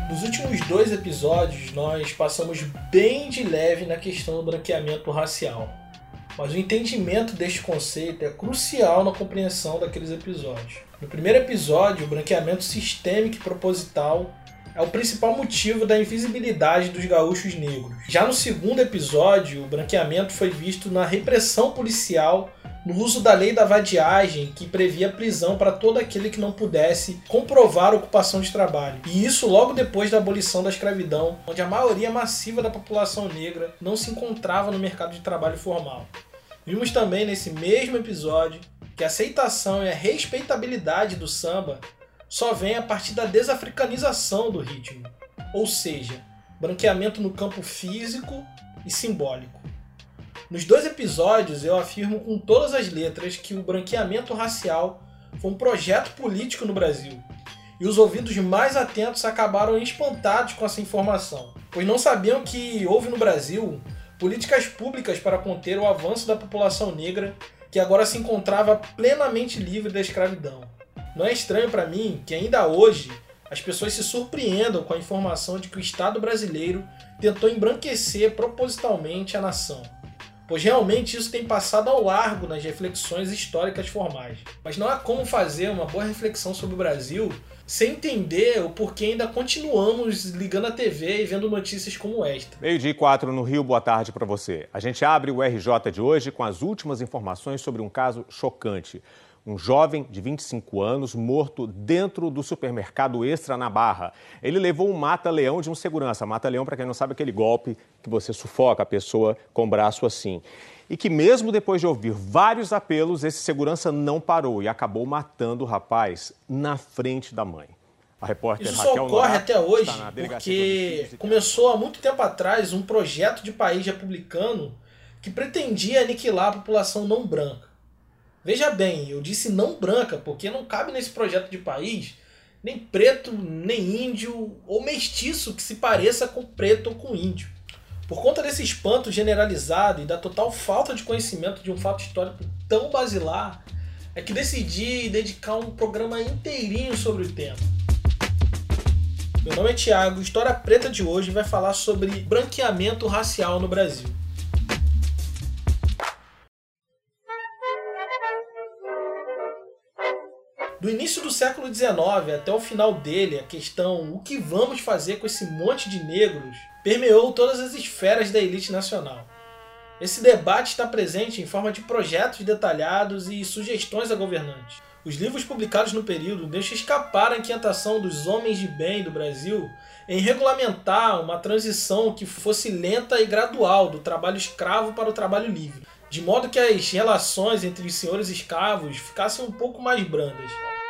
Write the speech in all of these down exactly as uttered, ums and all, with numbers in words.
Nos últimos dois episódios, nós passamos bem de leve na questão do branqueamento racial. Mas o entendimento deste conceito é crucial na compreensão daqueles episódios. No primeiro episódio, o branqueamento sistêmico e proposital é o principal motivo da invisibilidade dos gaúchos negros. Já no segundo episódio, o branqueamento foi visto na repressão policial no uso da lei da vadiagem, que previa prisão para todo aquele que não pudesse comprovar a ocupação de trabalho. E isso logo depois da abolição da escravidão, onde a maioria massiva da população negra não se encontrava no mercado de trabalho formal. Vimos também nesse mesmo episódio que a aceitação e a respeitabilidade do samba só vem a partir da desafricanização do ritmo, ou seja, branqueamento no campo físico e simbólico. Nos dois episódios eu afirmo com todas as letras que o branqueamento racial foi um projeto político no Brasil, e os ouvidos mais atentos acabaram espantados com essa informação, pois não sabiam que houve no Brasil políticas públicas para conter o avanço da população negra que agora se encontrava plenamente livre da escravidão. Não é estranho para mim que ainda hoje as pessoas se surpreendam com a informação de que o Estado brasileiro tentou embranquecer propositalmente a nação, pois realmente isso tem passado ao largo nas reflexões históricas formais. Mas não há como fazer uma boa reflexão sobre o Brasil sem entender o porquê ainda continuamos ligando a T V e vendo notícias como esta. Meio-dia e quatro no Rio, boa tarde para você. A gente abre o R J de hoje com as últimas informações sobre um caso chocante. Um jovem de vinte e cinco anos morto dentro do supermercado Extra na Barra. Ele levou um mata-leão de um segurança. Mata-leão, para quem não sabe, é aquele golpe que você sufoca a pessoa com o braço assim. E que mesmo depois de ouvir vários apelos, esse segurança não parou e acabou matando o rapaz na frente da mãe. A repórter Isso Raquel só ocorre Norato até hoje porque começou há muito tempo atrás um projeto de país republicano que pretendia aniquilar a população não branca. Veja bem, eu disse não branca, porque não cabe nesse projeto de país nem preto, nem índio ou mestiço que se pareça com preto ou com índio. Por conta desse espanto generalizado e da total falta de conhecimento de um fato histórico tão basilar, é que decidi dedicar um programa inteirinho sobre o tema. Meu nome é Thiago, História Preta de hoje vai falar sobre branqueamento racial no Brasil. Do início do século dezenove até o final dele, a questão o que vamos fazer com esse monte de negros permeou todas as esferas da elite nacional. Esse debate está presente em forma de projetos detalhados e sugestões a governantes. Os livros publicados no período deixam escapar a inquietação dos homens de bem do Brasil em regulamentar uma transição que fosse lenta e gradual do trabalho escravo para o trabalho livre, de modo que as relações entre os senhores escravos ficassem um pouco mais brandas.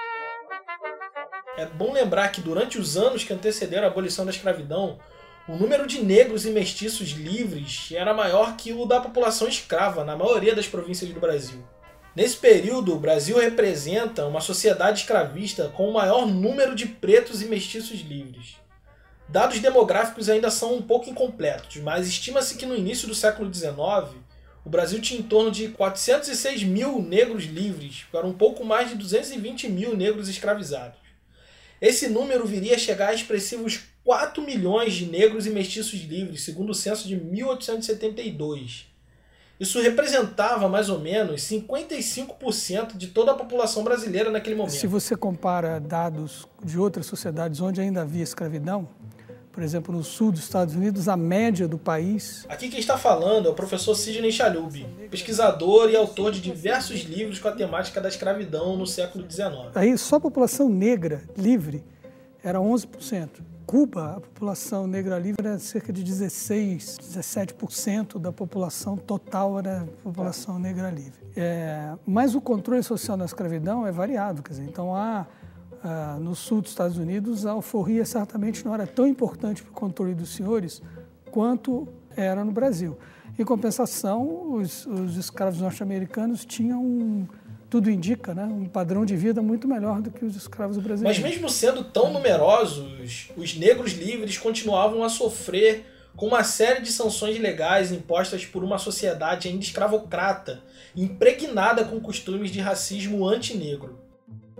É bom lembrar que durante os anos que antecederam a abolição da escravidão, o número de negros e mestiços livres era maior que o da população escrava na maioria das províncias do Brasil. Nesse período, o Brasil representa uma sociedade escravista com o maior número de pretos e mestiços livres. Dados demográficos ainda são um pouco incompletos, mas estima-se que no início do século dezenove, o Brasil tinha em torno de quatrocentos e seis mil negros livres para um pouco mais de duzentos e vinte mil negros escravizados. Esse número viria a chegar a expressivos quatro milhões de negros e mestiços livres, segundo o censo de mil oitocentos e setenta e dois. Isso representava mais ou menos cinquenta e cinco por cento de toda a população brasileira naquele momento. Se você compara dados de outras sociedades onde ainda havia escravidão, por exemplo, no sul dos Estados Unidos, a média do país... Aqui quem está falando é o professor Sidney Chalhoub, pesquisador e autor de diversos livros com a temática da escravidão no século dezenove. Aí só a população negra livre era onze por cento. Cuba, a população negra livre era cerca de dezesseis, dezessete por cento da população total era população negra livre. É, mas o controle social da escravidão é variado, quer dizer, então há... Uh, no sul dos Estados Unidos, a alforria certamente não era tão importante para o controle dos senhores quanto era no Brasil. Em compensação, os, os escravos norte-americanos tinham, um, tudo indica, né, um padrão de vida muito melhor do que os escravos brasileiros. Mas mesmo sendo tão numerosos, os negros livres continuavam a sofrer com uma série de sanções legais impostas por uma sociedade ainda escravocrata, impregnada com costumes de racismo antinegro.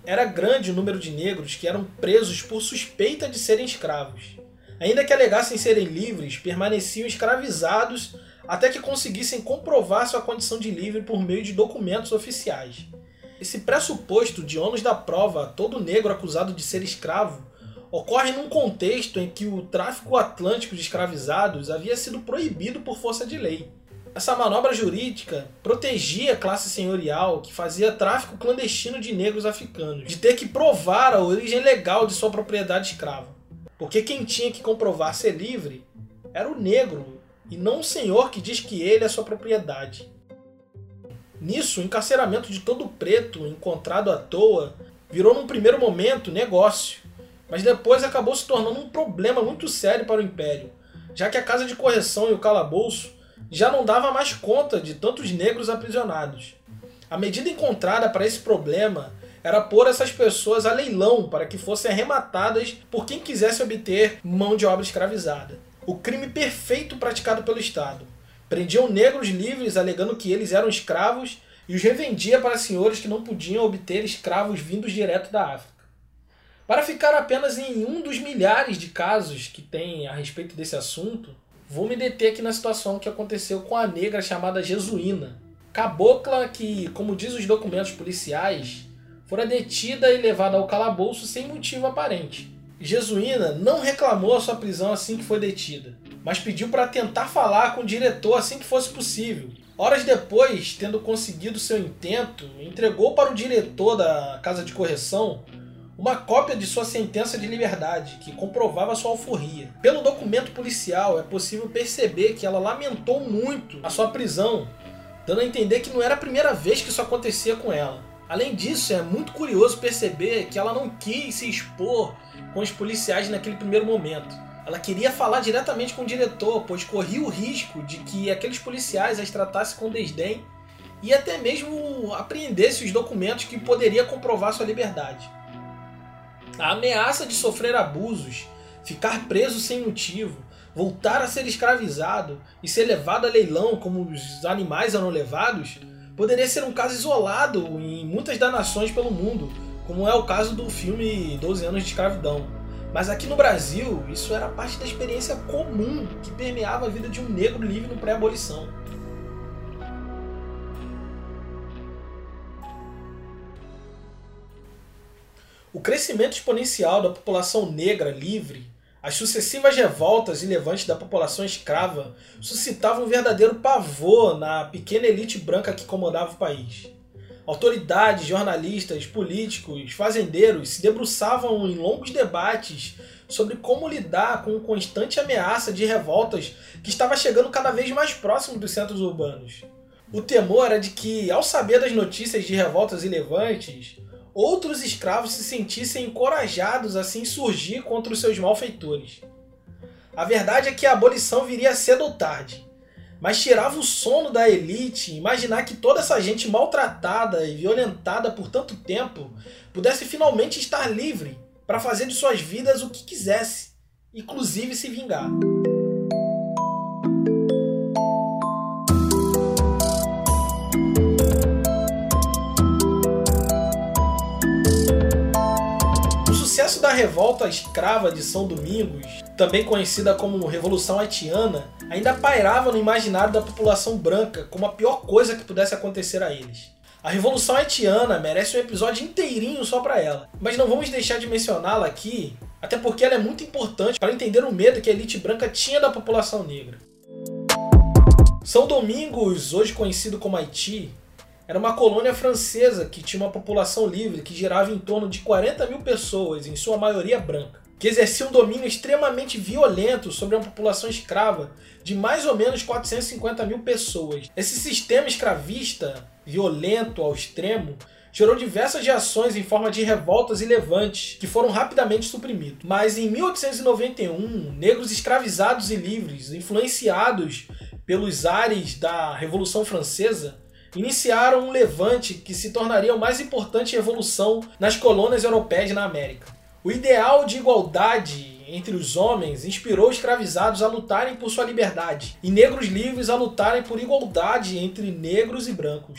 era grande o número de negros que eram presos por suspeita de serem escravos. Ainda que alegassem serem livres, permaneciam escravizados até que conseguissem comprovar sua condição de livre por meio de documentos oficiais. Esse pressuposto de ônus da prova a todo negro acusado de ser escravo ocorre num contexto em que o tráfico atlântico de escravizados havia sido proibido por força de lei. Essa manobra jurídica protegia a classe senhorial que fazia tráfico clandestino de negros africanos, de ter que provar a origem legal de sua propriedade escrava. Porque quem tinha que comprovar ser livre era o negro, e não o senhor que diz que ele é sua propriedade. Nisso, o encarceramento de todo preto encontrado à toa virou num primeiro momento negócio, mas depois acabou se tornando um problema muito sério para o Império, já que a casa de correção e o calabouço já não dava mais conta de tantos negros aprisionados. A medida encontrada para esse problema era pôr essas pessoas a leilão para que fossem arrematadas por quem quisesse obter mão de obra escravizada. O crime perfeito praticado pelo Estado. Prendiam negros livres alegando que eles eram escravos e os revendia para senhores que não podiam obter escravos vindos direto da África. Para ficar apenas em um dos milhares de casos que tem a respeito desse assunto, vou me deter aqui na situação que aconteceu com a negra chamada Jesuína, cabocla que, como diz os documentos policiais, fora detida e levada ao calabouço sem motivo aparente. Jesuína não reclamou a sua prisão assim que foi detida, mas pediu para tentar falar com o diretor assim que fosse possível. Horas depois, tendo conseguido seu intento, entregou para o diretor da casa de correção uma cópia de sua sentença de liberdade, que comprovava sua alforria. Pelo documento policial, é possível perceber que ela lamentou muito a sua prisão, dando a entender que não era a primeira vez que isso acontecia com ela. Além disso, é muito curioso perceber que ela não quis se expor com os policiais naquele primeiro momento. Ela queria falar diretamente com o diretor, pois corria o risco de que aqueles policiais as tratassem com desdém e até mesmo apreendessem os documentos que poderia comprovar sua liberdade. A ameaça de sofrer abusos, ficar preso sem motivo, voltar a ser escravizado e ser levado a leilão como os animais eram levados, poderia ser um caso isolado em muitas das nações pelo mundo, como é o caso do filme doze anos de escravidão. Mas aqui no Brasil, isso era parte da experiência comum que permeava a vida de um negro livre no pré-abolição. O crescimento exponencial da população negra livre, as sucessivas revoltas e levantes da população escrava suscitavam um verdadeiro pavor na pequena elite branca que comandava o país. Autoridades, jornalistas, políticos, fazendeiros se debruçavam em longos debates sobre como lidar com a constante ameaça de revoltas que estava chegando cada vez mais próximo dos centros urbanos. O temor era de que, ao saber das notícias de revoltas e levantes, outros escravos se sentissem encorajados a se insurgir contra os seus malfeitores. A verdade é que a abolição viria cedo ou tarde, mas tirava o sono da elite imaginar que toda essa gente maltratada e violentada por tanto tempo pudesse finalmente estar livre para fazer de suas vidas o que quisesse, inclusive se vingar. O sucesso da revolta escrava de São Domingos, também conhecida como Revolução Haitiana, ainda pairava no imaginário da população branca como a pior coisa que pudesse acontecer a eles. A Revolução Haitiana merece um episódio inteirinho só para ela, mas não vamos deixar de mencioná-la aqui, até porque ela é muito importante para entender o medo que a elite branca tinha da população negra. São Domingos, hoje conhecido como Haiti, era uma colônia francesa que tinha uma população livre que girava em torno de quarenta mil pessoas, em sua maioria branca, que exercia um domínio extremamente violento sobre uma população escrava de mais ou menos quatrocentas e cinquenta mil pessoas. Esse sistema escravista, violento ao extremo, gerou diversas reações em forma de revoltas e levantes, que foram rapidamente suprimidos. Mas em mil oitocentos e noventa e um, negros escravizados e livres, influenciados pelos ares da Revolução Francesa, iniciaram um levante que se tornaria a mais importante revolução nas colônias europeias na América. O ideal de igualdade entre os homens inspirou escravizados a lutarem por sua liberdade e negros livres a lutarem por igualdade entre negros e brancos.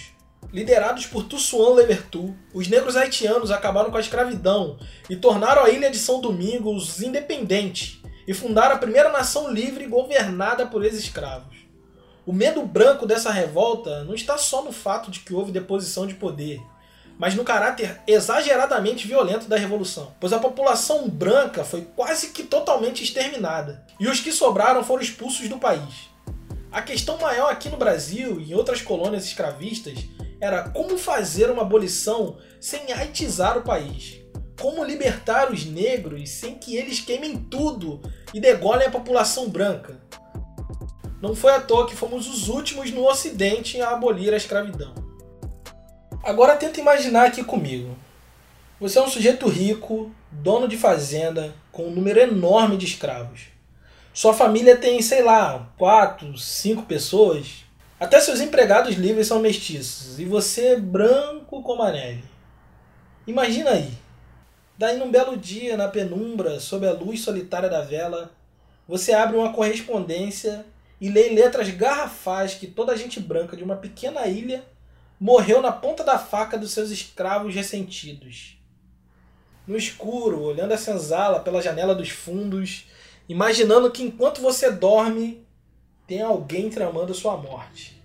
Liderados por Toussaint Louverture, os negros haitianos acabaram com a escravidão e tornaram a ilha de São Domingos independente e fundaram a primeira nação livre governada por ex-escravos. O medo branco dessa revolta não está só no fato de que houve deposição de poder, mas no caráter exageradamente violento da revolução, pois a população branca foi quase que totalmente exterminada, e os que sobraram foram expulsos do país. A questão maior aqui no Brasil e em outras colônias escravistas era como fazer uma abolição sem haitizar o país. Como libertar os negros sem que eles queimem tudo e degolem a população branca. Não foi à toa que fomos os últimos no Ocidente a abolir a escravidão. Agora tenta imaginar aqui comigo. Você é um sujeito rico, dono de fazenda, com um número enorme de escravos. Sua família tem, sei lá, quatro, cinco pessoas. Até seus empregados livres são mestiços, e você é branco como a neve. Imagina aí. Daí num belo dia, na penumbra, sob a luz solitária da vela, você abre uma correspondência e lê em letras garrafais que toda a gente branca de uma pequena ilha morreu na ponta da faca dos seus escravos ressentidos. No escuro, olhando a senzala pela janela dos fundos, imaginando que enquanto você dorme, tem alguém tramando sua morte.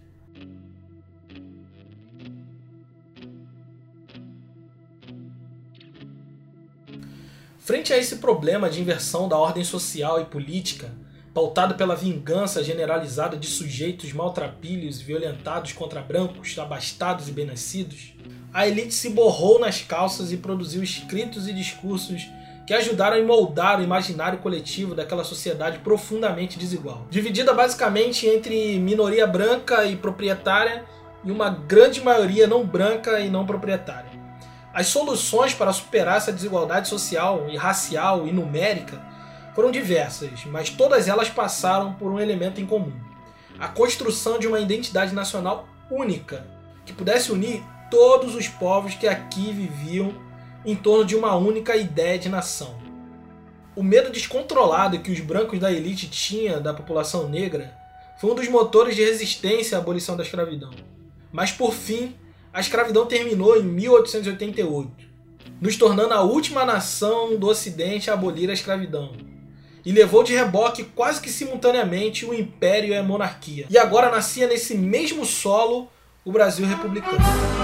Frente a esse problema de inversão da ordem social e política, pautado pela vingança generalizada de sujeitos maltrapilhos e violentados contra brancos, abastados e bem-nascidos, a elite se borrou nas calças e produziu escritos e discursos que ajudaram a moldar o imaginário coletivo daquela sociedade profundamente desigual, dividida basicamente entre minoria branca e proprietária e uma grande maioria não branca e não proprietária. As soluções para superar essa desigualdade social e racial e numérica foram diversas, mas todas elas passaram por um elemento em comum: a construção de uma identidade nacional única, que pudesse unir todos os povos que aqui viviam em torno de uma única ideia de nação. O medo descontrolado que os brancos da elite tinham da população negra foi um dos motores de resistência à abolição da escravidão. Mas por fim, a escravidão terminou em mil oitocentos e oitenta e oito, nos tornando a última nação do Ocidente a abolir a escravidão. E levou de reboque quase que simultaneamente o Império e a monarquia. E agora nascia nesse mesmo solo o Brasil republicano.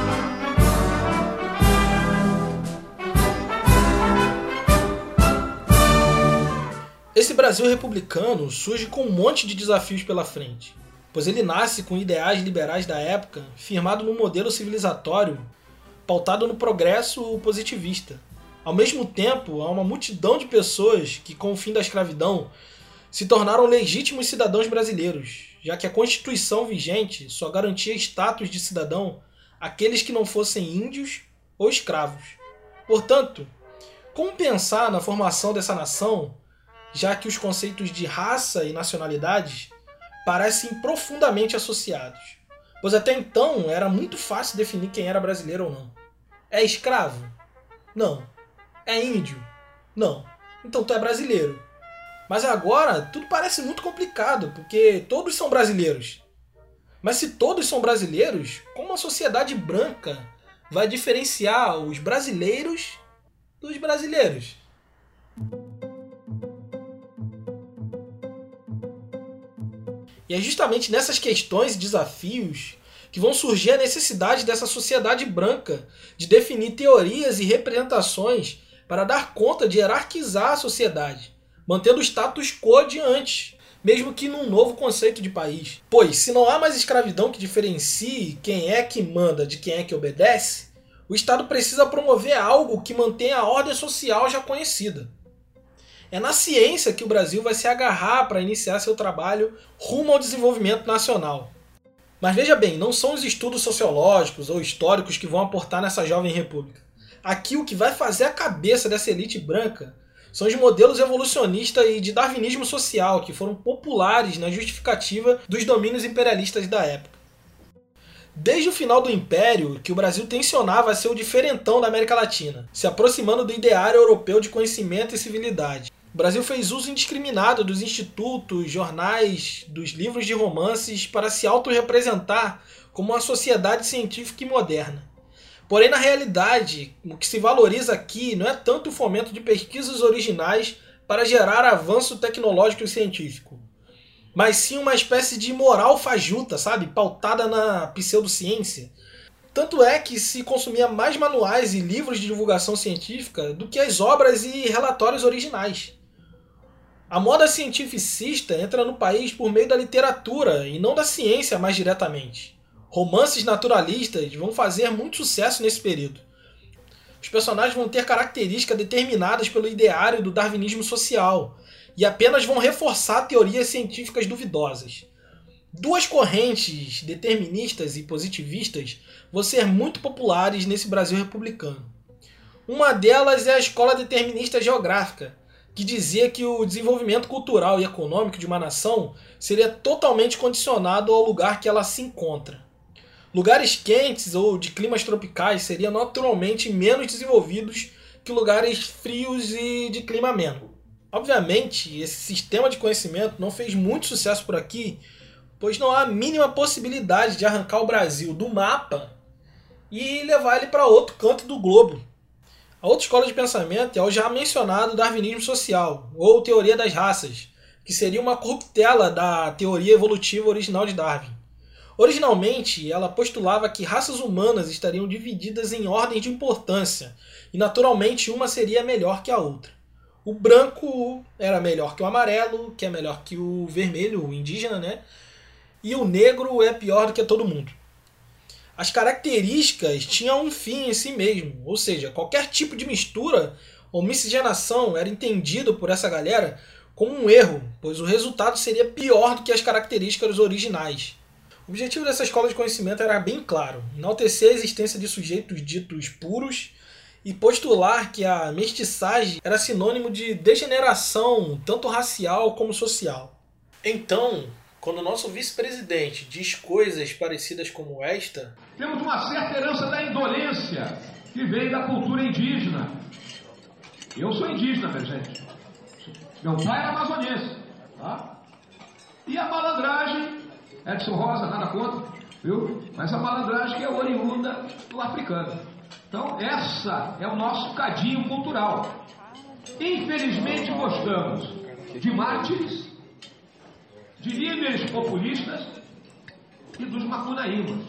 Esse Brasil republicano surge com um monte de desafios pela frente, pois ele nasce com ideais liberais da época, firmado num modelo civilizatório pautado no progresso positivista. Ao mesmo tempo, há uma multidão de pessoas que, com o fim da escravidão, se tornaram legítimos cidadãos brasileiros, já que a Constituição vigente só garantia status de cidadão àqueles que não fossem índios ou escravos. Portanto, como pensar na formação dessa nação, já que os conceitos de raça e nacionalidade parecem profundamente associados? Pois até então era muito fácil definir quem era brasileiro ou não. É escravo? Não. É índio? Não. Então tu é brasileiro. Mas agora tudo parece muito complicado, porque todos são brasileiros. Mas se todos são brasileiros, como a sociedade branca vai diferenciar os brasileiros dos brasileiros? E é justamente nessas questões e desafios que vão surgir a necessidade dessa sociedade branca de definir teorias e representações para dar conta de hierarquizar a sociedade, mantendo o status quo de antes, mesmo que num novo conceito de país. Pois, se não há mais escravidão que diferencie quem é que manda de quem é que obedece, o Estado precisa promover algo que mantenha a ordem social já conhecida. É na ciência que o Brasil vai se agarrar para iniciar seu trabalho rumo ao desenvolvimento nacional. Mas veja bem, não são os estudos sociológicos ou históricos que vão aportar nessa jovem república. Aqui o que vai fazer a cabeça dessa elite branca são os modelos evolucionistas e de darwinismo social que foram populares na justificativa dos domínios imperialistas da época. Desde o final do Império, que o Brasil tensionava ser o diferentão da América Latina, se aproximando do ideário europeu de conhecimento e civilidade. O Brasil fez uso indiscriminado dos institutos, jornais, dos livros de romances para se autorrepresentar como uma sociedade científica e moderna. Porém, na realidade, o que se valoriza aqui não é tanto o fomento de pesquisas originais para gerar avanço tecnológico e científico, mas sim uma espécie de moral fajuta, sabe? Pautada na pseudociência. Tanto é que se consumia mais manuais e livros de divulgação científica do que as obras e relatórios originais. A moda cientificista entra no país por meio da literatura e não da ciência mais diretamente. Romances naturalistas vão fazer muito sucesso nesse período. Os personagens vão ter características determinadas pelo ideário do darwinismo social e apenas vão reforçar teorias científicas duvidosas. Duas correntes deterministas e positivistas vão ser muito populares nesse Brasil republicano. Uma delas é a escola determinista geográfica, que dizia que o desenvolvimento cultural e econômico de uma nação seria totalmente condicionado ao lugar que ela se encontra. Lugares quentes ou de climas tropicais seriam naturalmente menos desenvolvidos que lugares frios e de clima ameno. Obviamente, esse sistema de conhecimento não fez muito sucesso por aqui, pois não há a mínima possibilidade de arrancar o Brasil do mapa e levar ele para outro canto do globo. A outra escola de pensamento é o já mencionado darwinismo social, ou teoria das raças, que seria uma corruptela da teoria evolutiva original de Darwin. Originalmente, ela postulava que raças humanas estariam divididas em ordens de importância, e naturalmente uma seria melhor que a outra. O branco era melhor que o amarelo, que é melhor que o vermelho, o indígena, né? E o negro é pior do que todo mundo. As características tinham um fim em si mesmo, ou seja, qualquer tipo de mistura ou miscigenação era entendido por essa galera como um erro, pois o resultado seria pior do que as características originais. O objetivo dessa escola de conhecimento era bem claro: enaltecer a existência de sujeitos ditos puros e postular que a mestiçagem era sinônimo de degeneração, tanto racial como social. Então, quando o nosso vice-presidente diz coisas parecidas como esta... Temos uma certa herança da indolência que veio da cultura indígena. Eu sou indígena, minha gente. Meu pai era amazonense. Tá? E a malandragem, Edson Rosa, nada contra, viu? Mas a malandragem que é oriunda do africano. Então, essa é o nosso cadinho cultural. Infelizmente, gostamos de mártires, de líderes populistas e dos macunaímas.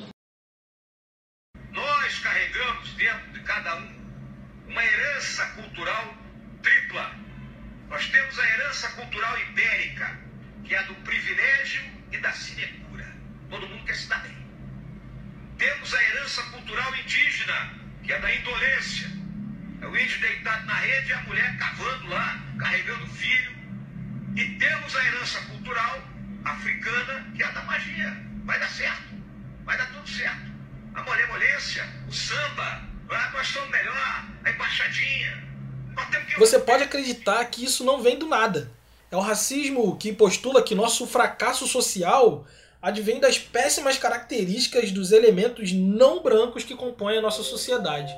Nós carregamos dentro de cada um uma herança cultural tripla. Nós temos a herança cultural ibérica, que é a do privilégio e da sinecura. Todo mundo quer se dar bem. Temos a herança cultural indígena, que é da indolência. É o índio deitado na rede e a mulher cavando lá, carregando o filho. E temos a herança cultural africana, que é a da magia. Vai dar certo, vai dar tudo certo. A molemolência, o samba, ah, nós somos melhor, a embaixadinha. Que... Você pode acreditar que isso não vem do nada. É o racismo que postula que nosso fracasso social advém das péssimas características dos elementos não brancos que compõem a nossa sociedade.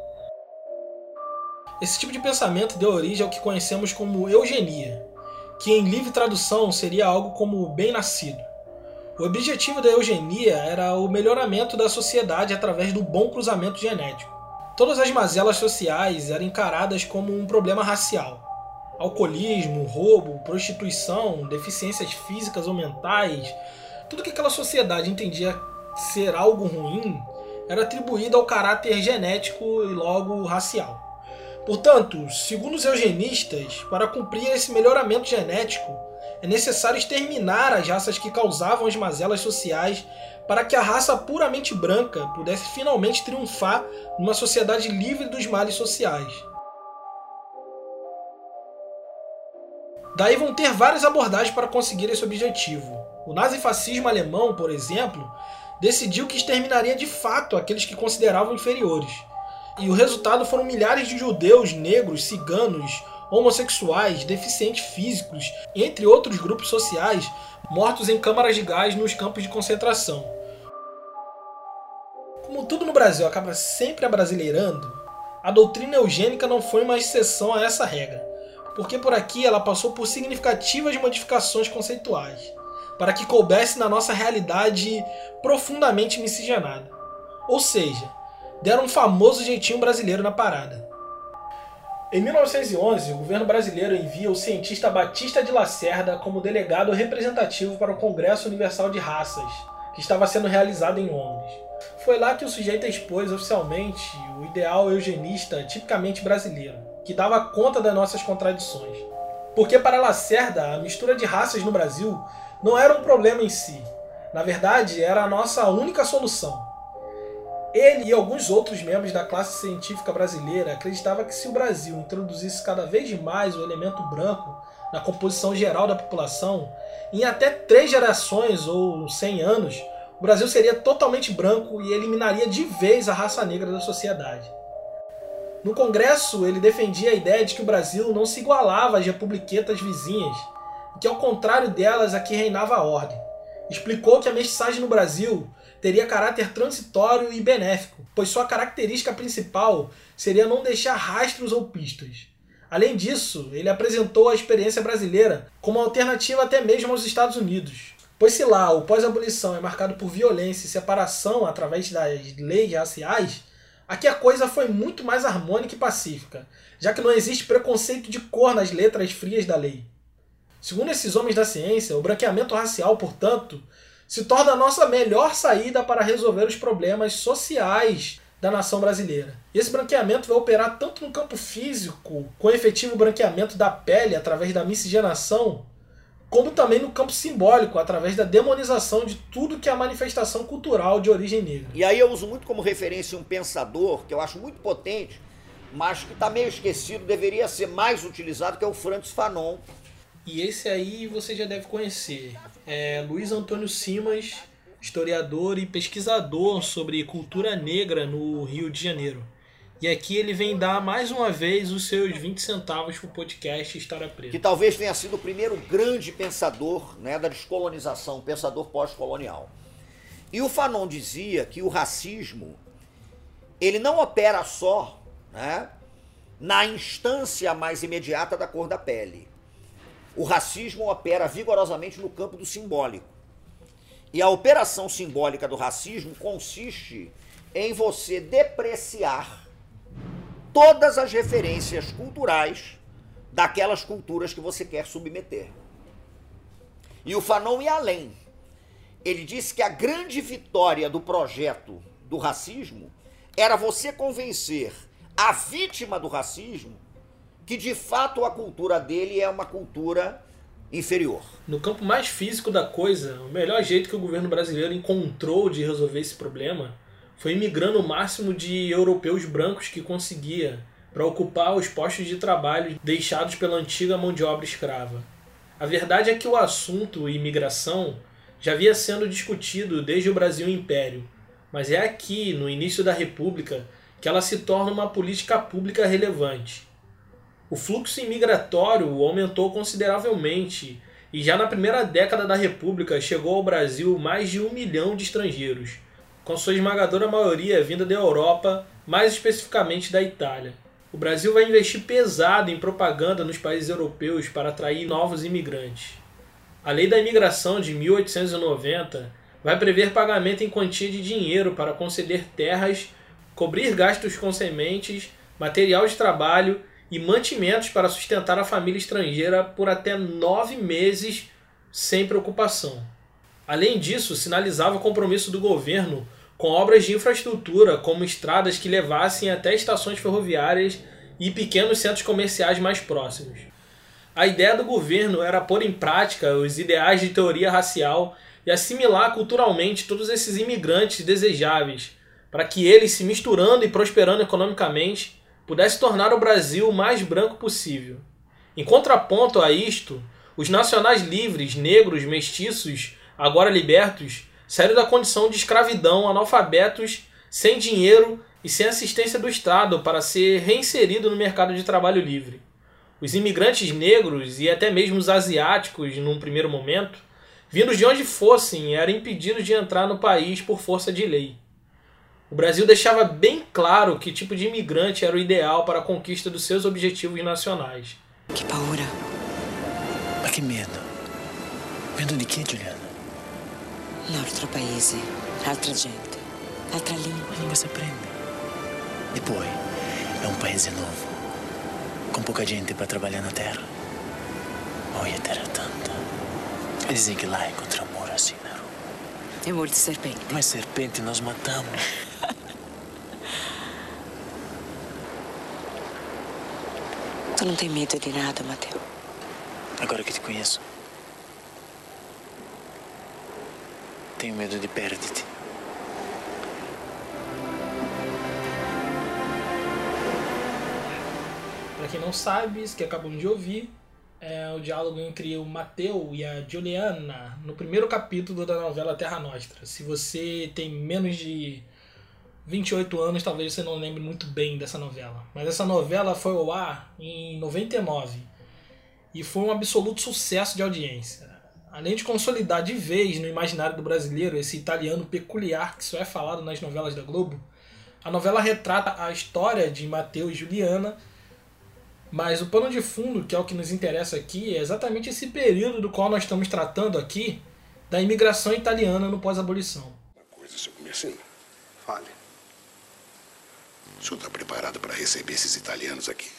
Esse tipo de pensamento deu origem ao que conhecemos como eugenia, que em livre tradução seria algo como bem-nascido. O objetivo da eugenia era o melhoramento da sociedade através do bom cruzamento genético. Todas as mazelas sociais eram encaradas como um problema racial. Alcoolismo, roubo, prostituição, deficiências físicas ou mentais, tudo que aquela sociedade entendia ser algo ruim era atribuído ao caráter genético e logo racial. Portanto, segundo os eugenistas, para cumprir esse melhoramento genético, é necessário exterminar as raças que causavam as mazelas sociais para que a raça puramente branca pudesse finalmente triunfar numa sociedade livre dos males sociais. Daí vão ter várias abordagens para conseguir esse objetivo. O nazifascismo alemão, por exemplo, decidiu que exterminaria de fato aqueles que consideravam inferiores. E o resultado foram milhares de judeus, negros, ciganos, homossexuais, deficientes físicos, entre outros grupos sociais, mortos em câmaras de gás nos campos de concentração. Como tudo no Brasil acaba sempre abrasileirando, a doutrina eugênica não foi uma exceção a essa regra. porque por aqui ela passou por significativas modificações conceituais, para que coubesse na nossa realidade profundamente miscigenada. Ou seja, deram um famoso jeitinho brasileiro na parada. Em mil novecentos e onze, o governo brasileiro envia o cientista Batista de Lacerda como delegado representativo para o Congresso Universal de Raças, que estava sendo realizado em Londres. Foi lá que o sujeito expôs oficialmente o ideal eugenista tipicamente brasileiro, que dava conta das nossas contradições. Porque para Lacerda, a mistura de raças no Brasil não era um problema em si. Na verdade, era a nossa única solução. Ele e alguns outros membros da classe científica brasileira acreditavam que se o Brasil introduzisse cada vez mais o elemento branco na composição geral da população, em até três gerações ou cem anos, o Brasil seria totalmente branco e eliminaria de vez a raça negra da sociedade. No Congresso, ele defendia a ideia de que o Brasil não se igualava às republiquetas vizinhas, e que ao contrário delas aqui reinava a ordem. Explicou que a mestiçagem no Brasil teria caráter transitório e benéfico, pois sua característica principal seria não deixar rastros ou pistas. Além disso, ele apresentou a experiência brasileira como alternativa até mesmo aos Estados Unidos. Pois se lá o pós-abolição é marcado por violência e separação através das leis raciais, aqui a coisa foi muito mais harmônica e pacífica, já que não existe preconceito de cor nas letras frias da lei. Segundo esses homens da ciência, o branqueamento racial, portanto, se torna a nossa melhor saída para resolver os problemas sociais da nação brasileira. Esse branqueamento vai operar tanto no campo físico, com o efetivo branqueamento da pele através da miscigenação, como também no campo simbólico, através da demonização de tudo que é a manifestação cultural de origem negra. E aí eu uso muito como referência um pensador que eu acho muito potente, mas que está meio esquecido, deveria ser mais utilizado, que é o Frantz Fanon. E esse aí você já deve conhecer. É Luiz Antônio Simas, historiador e pesquisador sobre cultura negra no Rio de Janeiro. E aqui ele vem dar mais uma vez os seus vinte centavos para o podcast História Preta. Que talvez tenha sido o primeiro grande pensador, né, da descolonização, pensador pós-colonial. E o Fanon dizia que o racismo ele não opera só, né, na instância mais imediata da cor da pele. O racismo opera vigorosamente no campo do simbólico. E a operação simbólica do racismo consiste em você depreciar todas as referências culturais daquelas culturas que você quer submeter. E o Fanon ia além. Ele disse que a grande vitória do projeto do racismo era você convencer a vítima do racismo que de fato a cultura dele é uma cultura inferior. No campo mais físico da coisa, o melhor jeito que o governo brasileiro encontrou de resolver esse problema foi imigrando o máximo de europeus brancos que conseguia para ocupar os postos de trabalho deixados pela antiga mão de obra escrava. A verdade é que o assunto imigração já vinha sendo discutido desde o Brasil Império, mas é aqui, no início da República, que ela se torna uma política pública relevante. O fluxo imigratório aumentou consideravelmente e já na primeira década da República chegou ao Brasil mais de um milhão de estrangeiros, com sua esmagadora maioria vinda da Europa, mais especificamente da Itália. O Brasil vai investir pesado em propaganda nos países europeus para atrair novos imigrantes. A Lei da Imigração de mil oitocentos e noventa vai prever pagamento em quantia de dinheiro para conceder terras, cobrir gastos com sementes, material de trabalho e mantimentos para sustentar a família estrangeira por até nove meses sem preocupação. Além disso, sinalizava o compromisso do governo com obras de infraestrutura, como estradas que levassem até estações ferroviárias e pequenos centros comerciais mais próximos. A ideia do governo era pôr em prática os ideais de teoria racial e assimilar culturalmente todos esses imigrantes desejáveis, para que eles, se misturando e prosperando economicamente, pudesse tornar o Brasil o mais branco possível. Em contraponto a isto, os nacionais livres, negros, mestiços, agora libertos, saíram da condição de escravidão, analfabetos, sem dinheiro e sem assistência do Estado para ser reinserido no mercado de trabalho livre. Os imigrantes negros e até mesmo os asiáticos, num primeiro momento, vindos de onde fossem, eram impedidos de entrar no país por força de lei. O Brasil deixava bem claro que tipo de imigrante era o ideal para a conquista dos seus objetivos nacionais. Que paura. Ma che medo? Medo di che, Giuliana? L'altro paese, altra gente, altra lingua. La lingua si apprende. E poi è un paese nuovo, con poca gente para trabalhar na terra. Olha, a terra tanta. E dizem que lá encontra amor assim, né? E molti serpenti. Mas serpente nós matamos. Tu não tem medo de nada, Matteo? Agora que te conheço, tenho medo de perder-te. Para quem não sabe, isso que acabamos de ouvir é o diálogo entre o Matteo e a Giuliana no primeiro capítulo da novela Terra Nostra. Se você tem menos de vinte e oito anos, talvez você não lembre muito bem dessa novela. Mas essa novela foi ao ar em noventa e nove e foi um absoluto sucesso de audiência. Além de consolidar de vez no imaginário do brasileiro esse italiano peculiar que só é falado nas novelas da Globo, a novela retrata a história de Matteo e Giuliana, mas o pano de fundo, que é o que nos interessa aqui, é exatamente esse período do qual nós estamos tratando aqui, da imigração italiana no pós-abolição. Uma coisa, seu Comerciante. Fale. O senhor está preparado para receber esses italianos aqui?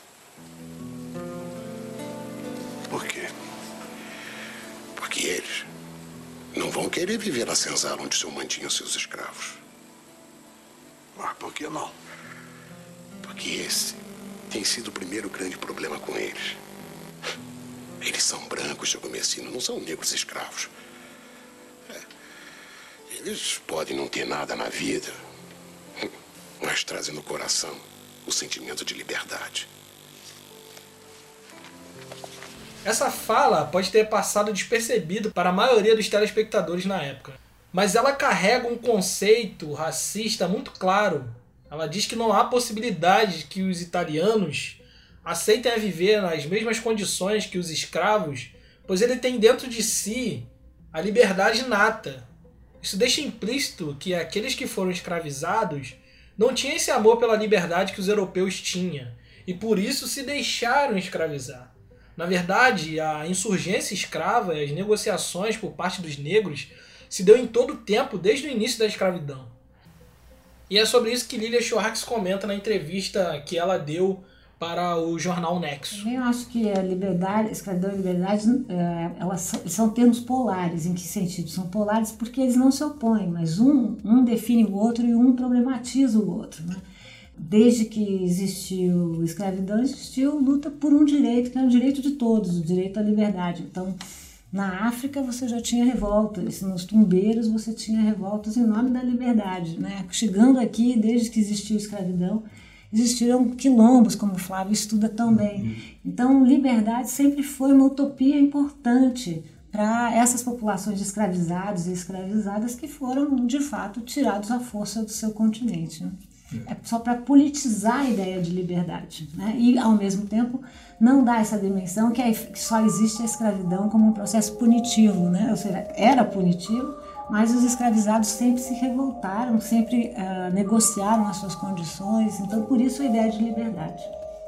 Por quê? Porque eles não vão querer viver na senzala onde o senhor mantinha os seus escravos. Mas por que não? Porque esse tem sido o primeiro grande problema com eles. Eles são brancos, seu Comerciante, não são negros escravos. É. Eles podem não ter nada na vida, mas trazem no coração o sentimento de liberdade. Essa fala pode ter passado despercebido para a maioria dos telespectadores na época, mas ela carrega um conceito racista muito claro. Ela diz que não há possibilidade que os italianos aceitem a viver nas mesmas condições que os escravos, pois ele tem dentro de si a liberdade inata. Isso deixa implícito que aqueles que foram escravizados não tinham esse amor pela liberdade que os europeus tinham, e por isso se deixaram escravizar. Na verdade, a insurgência escrava e as negociações por parte dos negros se deu em todo o tempo, desde o início da escravidão. E é sobre isso que Lilia Schwartz comenta na entrevista que ela deu para o jornal Nexo. Eu acho que a liberdade, a escravidão e a liberdade, elas são, são termos polares. Em que sentido? São polares porque eles não se opõem, mas um, um define o outro e um problematiza o outro, né? Desde que existiu escravidão, existiu luta por um direito, que é o direito de todos, o direito à liberdade. Então, na África você já tinha revoltas, nos tumbeiros você tinha revoltas em nome da liberdade, né? Chegando aqui, desde que existiu escravidão, existiram quilombos, como o Flávio estuda tão bem. Então, liberdade sempre foi uma utopia importante para essas populações de escravizados e escravizadas que foram, de fato, tirados à força do seu continente, né? É só para politizar a ideia de liberdade, né? E, ao mesmo tempo, não dá essa dimensão que, é, que só existe a escravidão como um processo punitivo, né? Ou seja, era punitivo, mas os escravizados sempre se revoltaram, sempre uh, negociaram as suas condições, então por isso a ideia de liberdade.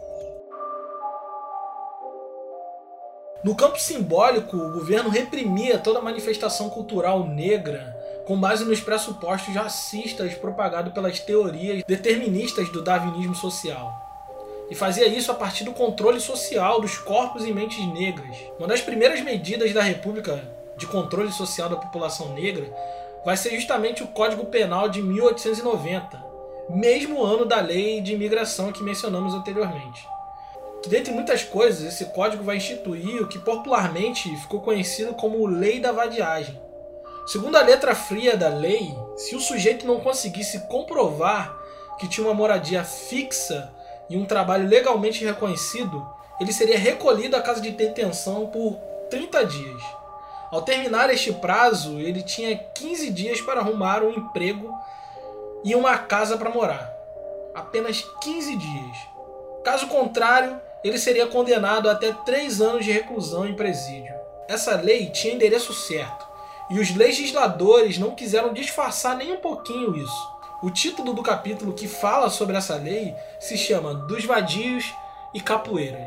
No campo simbólico, o governo reprimia toda manifestação cultural negra com base nos pressupostos racistas propagados pelas teorias deterministas do darwinismo social. E fazia isso a partir do controle social dos corpos e mentes negras. Uma das primeiras medidas da República de controle social da população negra vai ser justamente o Código Penal de mil oitocentos e noventa, mesmo ano da lei de imigração que mencionamos anteriormente. Que, dentre muitas coisas, esse código vai instituir o que popularmente ficou conhecido como Lei da Vadiagem. Segundo a letra fria da lei, se o sujeito não conseguisse comprovar que tinha uma moradia fixa e um trabalho legalmente reconhecido, ele seria recolhido à casa de detenção por trinta dias. Ao terminar este prazo, ele tinha quinze dias para arrumar um emprego e uma casa para morar. Apenas quinze dias. Caso contrário, ele seria condenado a até três anos de reclusão em presídio. Essa lei tinha endereço certo, e os legisladores não quiseram disfarçar nem um pouquinho isso. O título do capítulo que fala sobre essa lei se chama Dos Vadios e Capoeiras.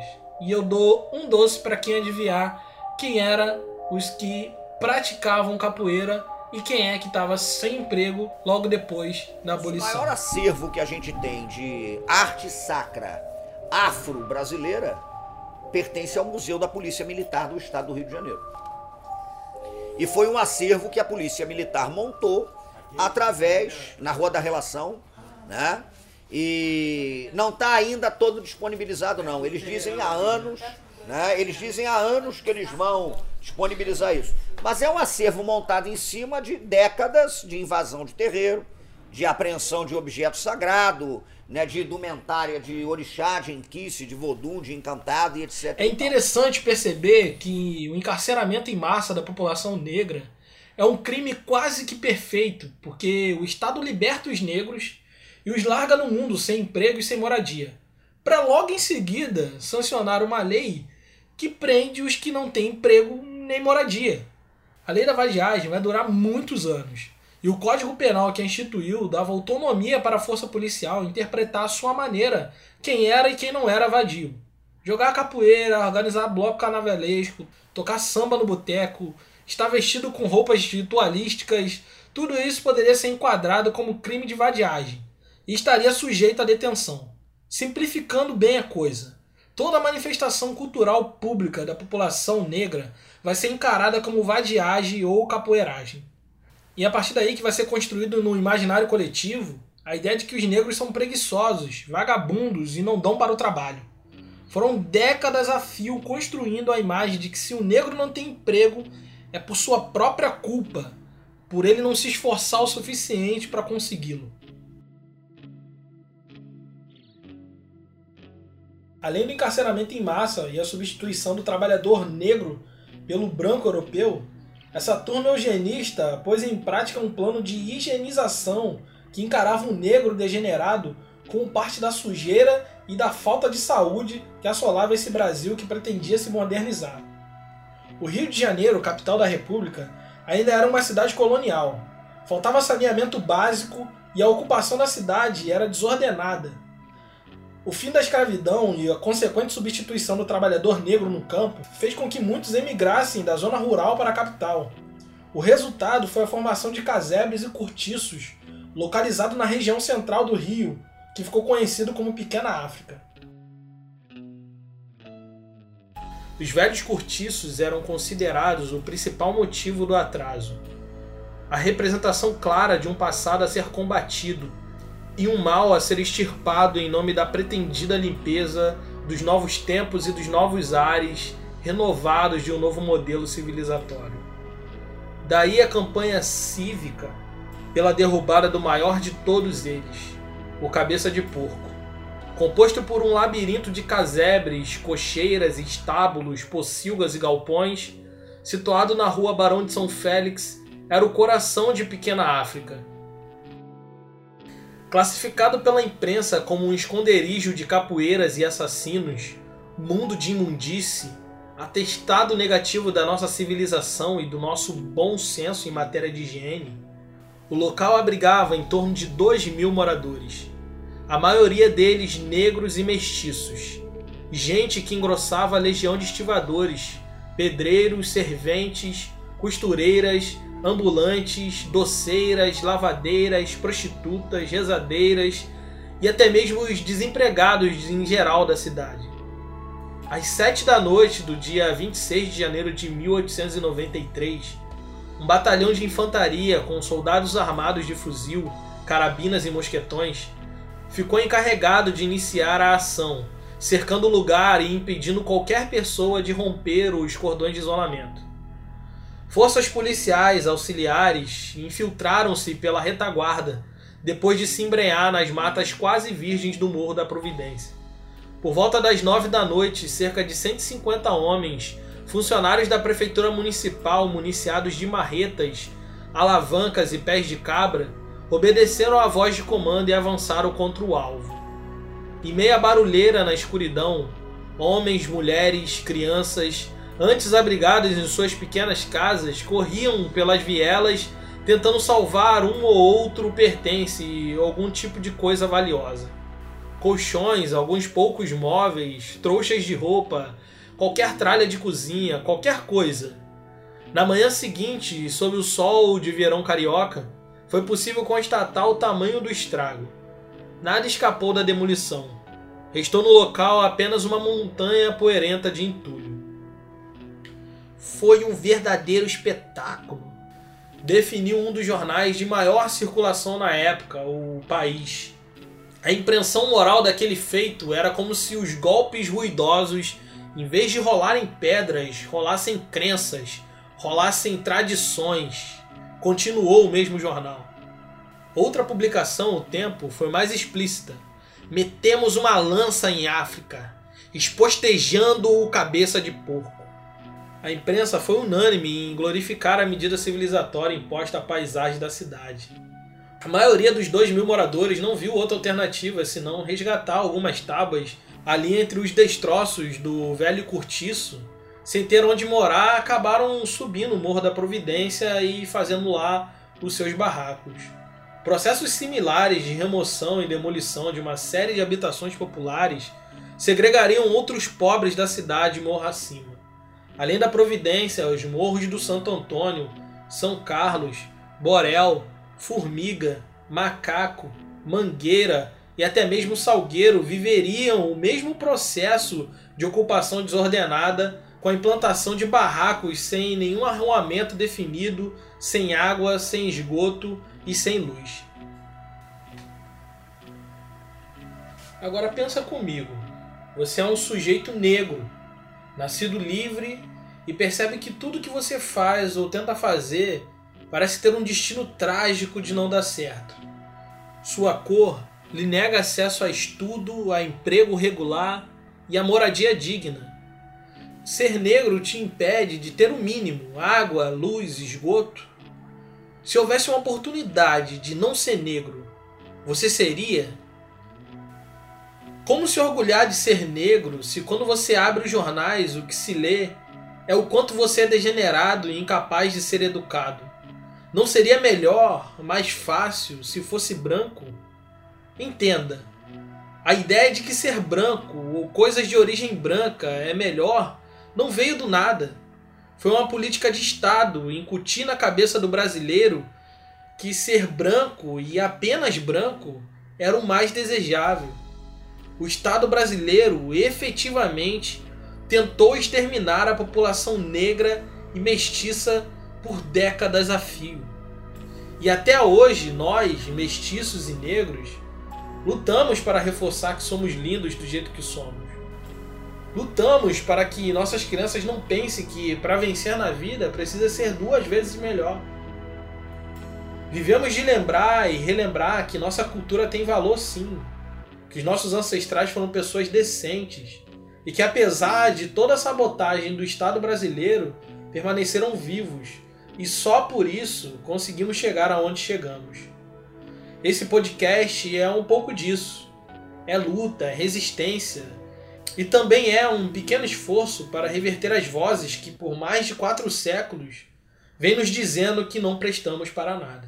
e eu dou um doce para quem adivinhar quem eram os que praticavam capoeira e quem é que estava sem emprego logo depois da abolição. O maior acervo que a gente tem de arte sacra afro-brasileira pertence ao Museu da Polícia Militar do Estado do Rio de Janeiro. E foi um acervo que a Polícia Militar montou através, na Rua da Relação, né? E não está ainda todo disponibilizado, não. Eles dizem há anos, né? Eles dizem há anos que eles vão disponibilizar isso. Mas é um acervo montado em cima de décadas de invasão de terreiro, de apreensão de objeto sagrado, né, de indumentária de orixá, de enquice, de vodum, de encantado e etcétera. É interessante perceber que o encarceramento em massa da população negra é um crime quase que perfeito, porque o Estado liberta os negros e os larga no mundo sem emprego e sem moradia, para logo em seguida sancionar uma lei que prende os que não têm emprego nem moradia. A lei da vadiagem vai durar muitos anos, e o Código Penal que a instituiu dava autonomia para a força policial interpretar à sua maneira quem era e quem não era vadio. Jogar capoeira, organizar bloco carnavalesco, tocar samba no boteco, estar vestido com roupas ritualísticas, tudo isso poderia ser enquadrado como crime de vadiagem e estaria sujeito à detenção. Simplificando bem a coisa, toda manifestação cultural pública da população negra vai ser encarada como vadiagem ou capoeiragem. E a partir daí que vai ser construído no imaginário coletivo a ideia de que os negros são preguiçosos, vagabundos e não dão para o trabalho. Foram décadas a fio construindo a imagem de que se o negro não tem emprego é por sua própria culpa, por ele não se esforçar o suficiente para consegui-lo. Além do encarceramento em massa e a substituição do trabalhador negro pelo branco europeu, essa turma eugenista pôs em prática um plano de higienização que encarava o negro degenerado como parte da sujeira e da falta de saúde que assolava esse Brasil que pretendia se modernizar. O Rio de Janeiro, capital da República, ainda era uma cidade colonial. Faltava saneamento básico e a ocupação da cidade era desordenada. O fim da escravidão e a consequente substituição do trabalhador negro no campo fez com que muitos emigrassem da zona rural para a capital. O resultado foi a formação de casebres e cortiços, localizado na região central do Rio, que ficou conhecido como Pequena África. Os velhos cortiços eram considerados o principal motivo do atraso. A representação clara de um passado a ser combatido e um mal a ser extirpado em nome da pretendida limpeza dos novos tempos e dos novos ares renovados de um novo modelo civilizatório. Daí a campanha cívica pela derrubada do maior de todos eles, o Cabeça de Porco. Composto por um labirinto de casebres, cocheiras, estábulos, pocilgas e galpões, situado na rua Barão de São Félix, era o coração de Pequena África. Classificado pela imprensa como um esconderijo de capoeiras e assassinos, mundo de imundície, atestado negativo da nossa civilização e do nosso bom senso em matéria de higiene, o local abrigava em torno de dois mil moradores, a maioria deles negros e mestiços, gente que engrossava a legião de estivadores, pedreiros, serventes, costureiras, ambulantes, doceiras, lavadeiras, prostitutas, rezadeiras e até mesmo os desempregados em geral da cidade. Às sete da noite do dia vinte e seis de janeiro de mil oitocentos e noventa e três, um batalhão de infantaria com soldados armados de fuzil, carabinas e mosquetões ficou encarregado de iniciar a ação, cercando o lugar e impedindo qualquer pessoa de romper os cordões de isolamento. Forças policiais auxiliares infiltraram-se pela retaguarda, depois de se embrenhar nas matas quase virgens do Morro da Providência. Por volta das nove da noite, cerca de cento e cinquenta homens, funcionários da Prefeitura Municipal municiados de marretas, alavancas e pés de cabra, obedeceram à voz de comando e avançaram contra o alvo. Em meia barulheira na escuridão, homens, mulheres, crianças, antes abrigados em suas pequenas casas, corriam pelas vielas tentando salvar um ou outro pertence ou algum tipo de coisa valiosa. colchões, alguns poucos móveis, trouxas de roupa, qualquer tralha de cozinha, qualquer coisa. Na manhã seguinte, sob o sol de verão carioca, foi possível constatar o tamanho do estrago. Nada escapou da demolição. Restou no local apenas uma montanha poeirenta de entulho. Foi um verdadeiro espetáculo, definiu um dos jornais de maior circulação na época, o País. A impressão moral daquele feito era como se os golpes ruidosos, em vez de rolarem pedras, rolassem crenças, rolassem tradições. Continuou o mesmo jornal. Outra publicação, O Tempo, foi mais explícita. Metemos uma lança em África, espostejando o cabeça de porco. A imprensa foi unânime em glorificar a medida civilizatória imposta à paisagem da cidade. A maioria dos dois mil moradores não viu outra alternativa senão resgatar algumas tábuas ali entre os destroços do velho cortiço. Sem ter onde morar, acabaram subindo o Morro da Providência e fazendo lá os seus barracos. Processos similares de remoção e demolição de uma série de habitações populares segregariam outros pobres da cidade morro acima. Além da Providência, os morros do Santo Antônio, São Carlos, Borel, Formiga, Macaco, Mangueira e até mesmo Salgueiro viveriam o mesmo processo de ocupação desordenada, com a implantação de barracos sem nenhum arruamento definido, sem água, sem esgoto e sem luz. Agora pensa comigo, você é um sujeito negro, nascido livre, e percebe que tudo que você faz ou tenta fazer parece ter um destino trágico de não dar certo. Sua cor lhe nega acesso a estudo, a emprego regular e a moradia digna. Ser negro te impede de ter o mínimo, água, luz, esgoto. Se houvesse uma oportunidade de não ser negro, você seria? Como se orgulhar de ser negro se quando você abre os jornais o que se lê é o quanto você é degenerado e incapaz de ser educado? Não seria melhor, mais fácil, se fosse branco? Entenda, a ideia de que ser branco ou coisas de origem branca é melhor não veio do nada. Foi uma política de Estado incutir na cabeça do brasileiro que ser branco e apenas branco era o mais desejável. O Estado brasileiro efetivamente tentou exterminar a população negra e mestiça por décadas a fio. E até hoje, nós, mestiços e negros, lutamos para reforçar que somos lindos do jeito que somos. Lutamos para que nossas crianças não pensem que para vencer na vida precisa ser duas vezes melhor. Vivemos de lembrar e relembrar que nossa cultura tem valor sim, que os nossos ancestrais foram pessoas decentes e que apesar de toda a sabotagem do Estado brasileiro, permaneceram vivos e só por isso conseguimos chegar aonde chegamos. Esse podcast é um pouco disso. É luta, é resistência. E também é um pequeno esforço para reverter as vozes que por mais de quatro séculos vêm nos dizendo que não prestamos para nada.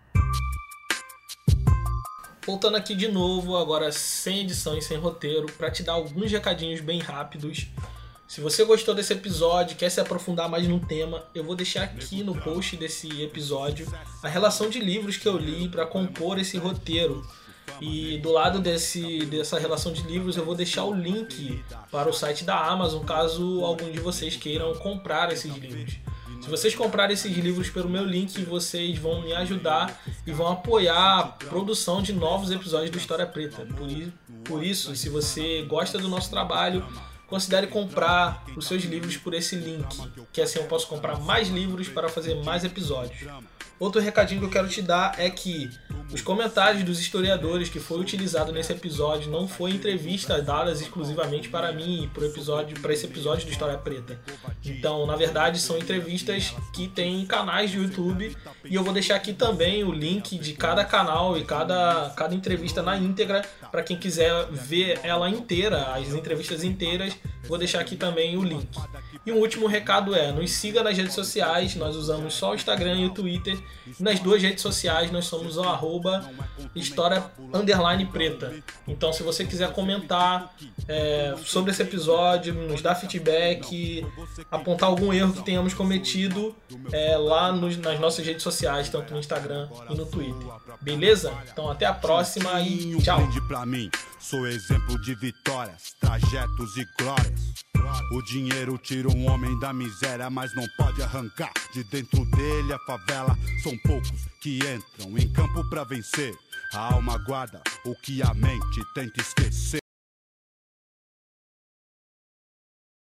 Voltando aqui de novo, agora sem edição e sem roteiro, para te dar alguns recadinhos bem rápidos. Se você gostou desse episódio e quer se aprofundar mais no tema, eu vou deixar aqui no post desse episódio a relação de livros que eu li para compor esse roteiro. E do lado desse, dessa relação de livros eu vou deixar o link para o site da Amazon, caso algum de vocês queiram comprar esses livros. Se vocês comprarem esses livros pelo meu link, vocês vão me ajudar e vão apoiar a produção de novos episódios do História Preta. Por, por isso, se você gosta do nosso trabalho, considere comprar os seus livros por esse link, que assim eu posso comprar mais livros para fazer mais episódios. Outro recadinho que eu quero te dar é que os comentários dos historiadores que foi utilizado nesse episódio não foi entrevista dadas exclusivamente para mim e para episódio, para esse episódio do História Preta. Então, na verdade, são entrevistas que tem canais de YouTube e eu vou deixar aqui também o link de cada canal e cada, cada entrevista na íntegra para quem quiser ver ela inteira, as entrevistas inteiras, vou deixar aqui também o link. E um último recado é, nos siga nas redes sociais, nós usamos só o Instagram e o Twitter, E nas duas redes sociais nós somos o arroba História Underline Preta. Então se você quiser comentar é, sobre esse episódio, nos dar feedback, apontar algum erro que tenhamos cometido, é, lá nos, nas nossas redes sociais, tanto no Instagram e no Twitter. Beleza? Então até a próxima e tchau! Sou exemplo de vitórias, trajetos e glórias. O dinheiro tira um homem da miséria, mas não pode arrancar de dentro dele a favela. São poucos que entram em campo pra vencer. A alma guarda o que a mente tenta esquecer.